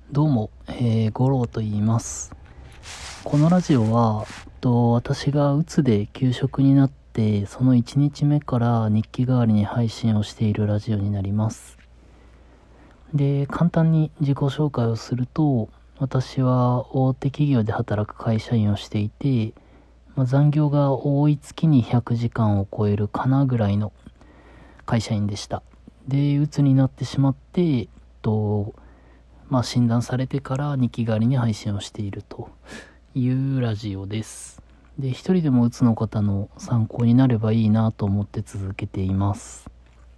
どうも、五郎と言います。このラジオは、私がうつで休職になって、その1日目から日記代わりに配信をしているラジオになります。で、簡単に自己紹介をすると、私は大手企業で働く会社員をしていて、残業が多い月に100時間を超えるかなぐらいの会社員でした。で、うつになってしまって、診断されてから日記代わりに配信をしているというラジオです。で、一人でもうつの方の参考になればいいなと思って続けています。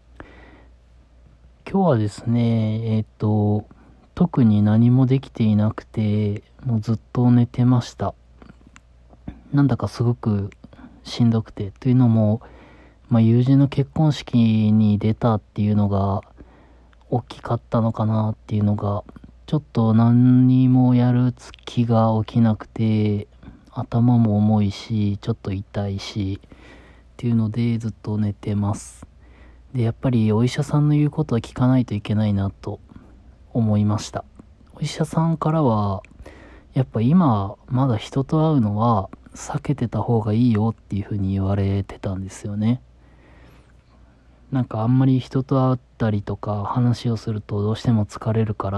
今日はですね、特に何もできていなくて、もうずっと寝てました。なんだかすごくしんどくて、というのも、友人の結婚式に出たっていうのが大きかったのかなっていうのが、ちょっと何にもやる気が起きなくて、頭も重いし、ちょっと痛いし、っていうのでずっと寝てます。で、やっぱりお医者さんの言うことは聞かないといけないなと思いました。お医者さんからは、やっぱ今まだ人と会うのは避けてた方がいいよっていう風に言われてたんですよね。なんかあんまり人と会ったりとか話をするとどうしても疲れるから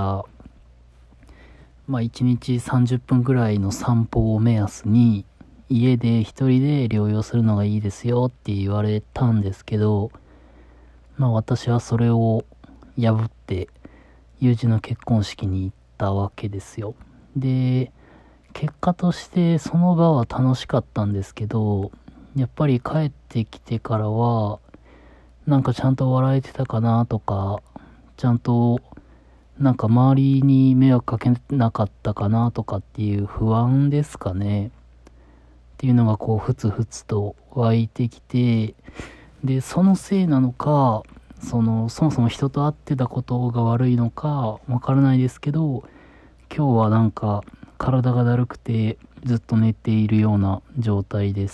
、1日30分ぐらいの散歩を目安に家で一人で療養するのがいいですよって言われたんですけど、私はそれを破って友人の結婚式に行ったわけですよ。で、結果としてその場は楽しかったんですけど、やっぱり帰ってきてからはなんかちゃんと笑えてたかなとか、ちゃんとなんか周りに迷惑かけなかったかなとかっていう不安ですかね。っていうのがふつふつと湧いてきて、で、そのせいなのか、そもそも人と会ってたことが悪いのかわからないですけど、今日はなんか体がだるくてずっと寝ているような状態です。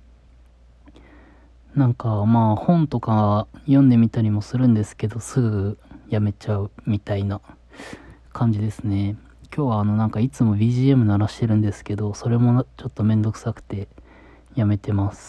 なんか本とか読んでみたりもするんですけど、すぐやめちゃうみたいな感じですね。今日はなんかいつも BGM 鳴らしてるんですけど、それもちょっとめんどくさくてやめてます。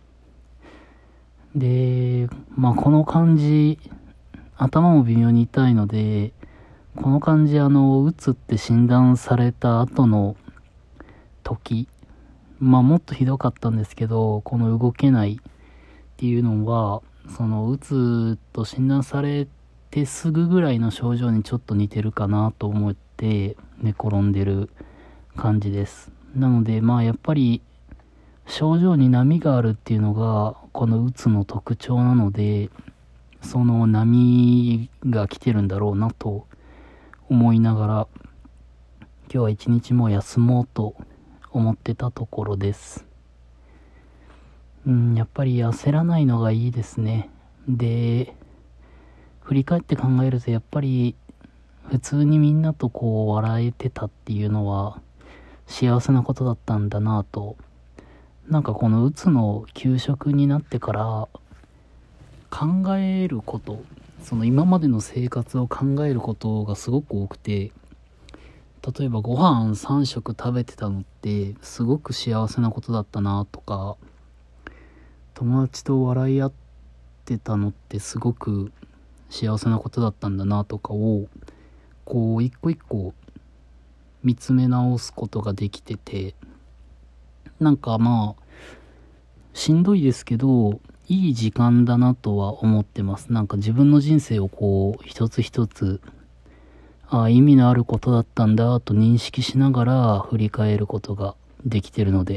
で、この感じ、頭も微妙に痛いので、この感じうつって診断された後の時、もっとひどかったんですけど、この動けないっていうのは、うつと診断されてすぐぐらいの症状にちょっと似てるかなと思って寝転んでる感じです。なのでやっぱり症状に波があるっていうのがこのうつの特徴なので、その波が来てるんだろうなと思いながら、今日は一日も休もうと思ってたところです。やっぱり焦らないのがいいですね。で、振り返って考えるとやっぱり普通にみんなと笑えてたっていうのは幸せなことだったんだなと。なんかこのうつの休職になってから考えること、その今までの生活を考えることがすごく多くて、例えばご飯3食食べてたのってすごく幸せなことだったなとか、友達と笑い合ってたのってすごく幸せなことだったんだなとかを一個一個見つめ直すことができてて、なんかしんどいですけどいい時間だなとは思ってます。なんか自分の人生を一つ一つ意味のあることだったんだと認識しながら振り返ることができてるので、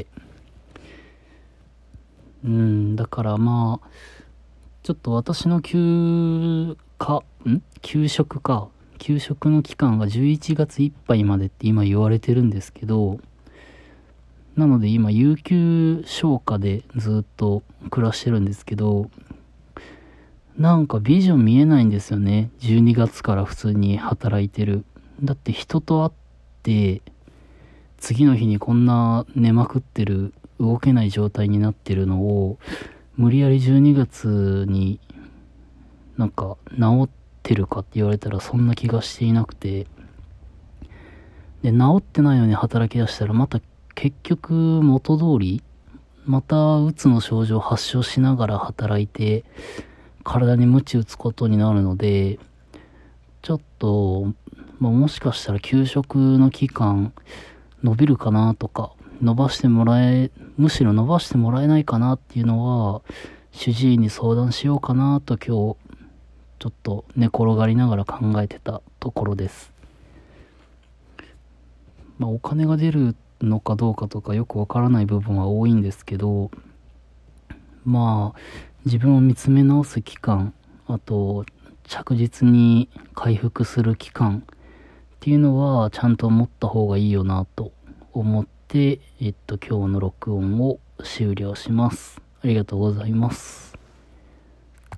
だからちょっと私の休職の期間が11月いっぱいまでって今言われてるんですけど、なので今有給消化でずっと暮らしてるんですけど、なんかビジョン見えないんですよね。12月から普通に働いてる。だって人と会って次の日にこんな寝まくってる、動けない状態になってるのを無理やり12月になんか治ってるかって言われたらそんな気がしていなくて、 で、治ってないのに働き出したらまた結局元通り、またうつの症状を発症しながら働いて、体に鞭打つことになるので、ちょっと、もしかしたら休職の期間伸びるかなとか、むしろ伸ばしてもらえないかなっていうのは、主治医に相談しようかなと今日、ちょっと寝転がりながら考えてたところです。お金が出るのかどうかとかよくわからない部分は多いんですけど、自分を見つめ直す期間、あと着実に回復する期間っていうのはちゃんと持った方がいいよなと思って、今日の録音を終了します。ありがとうございます。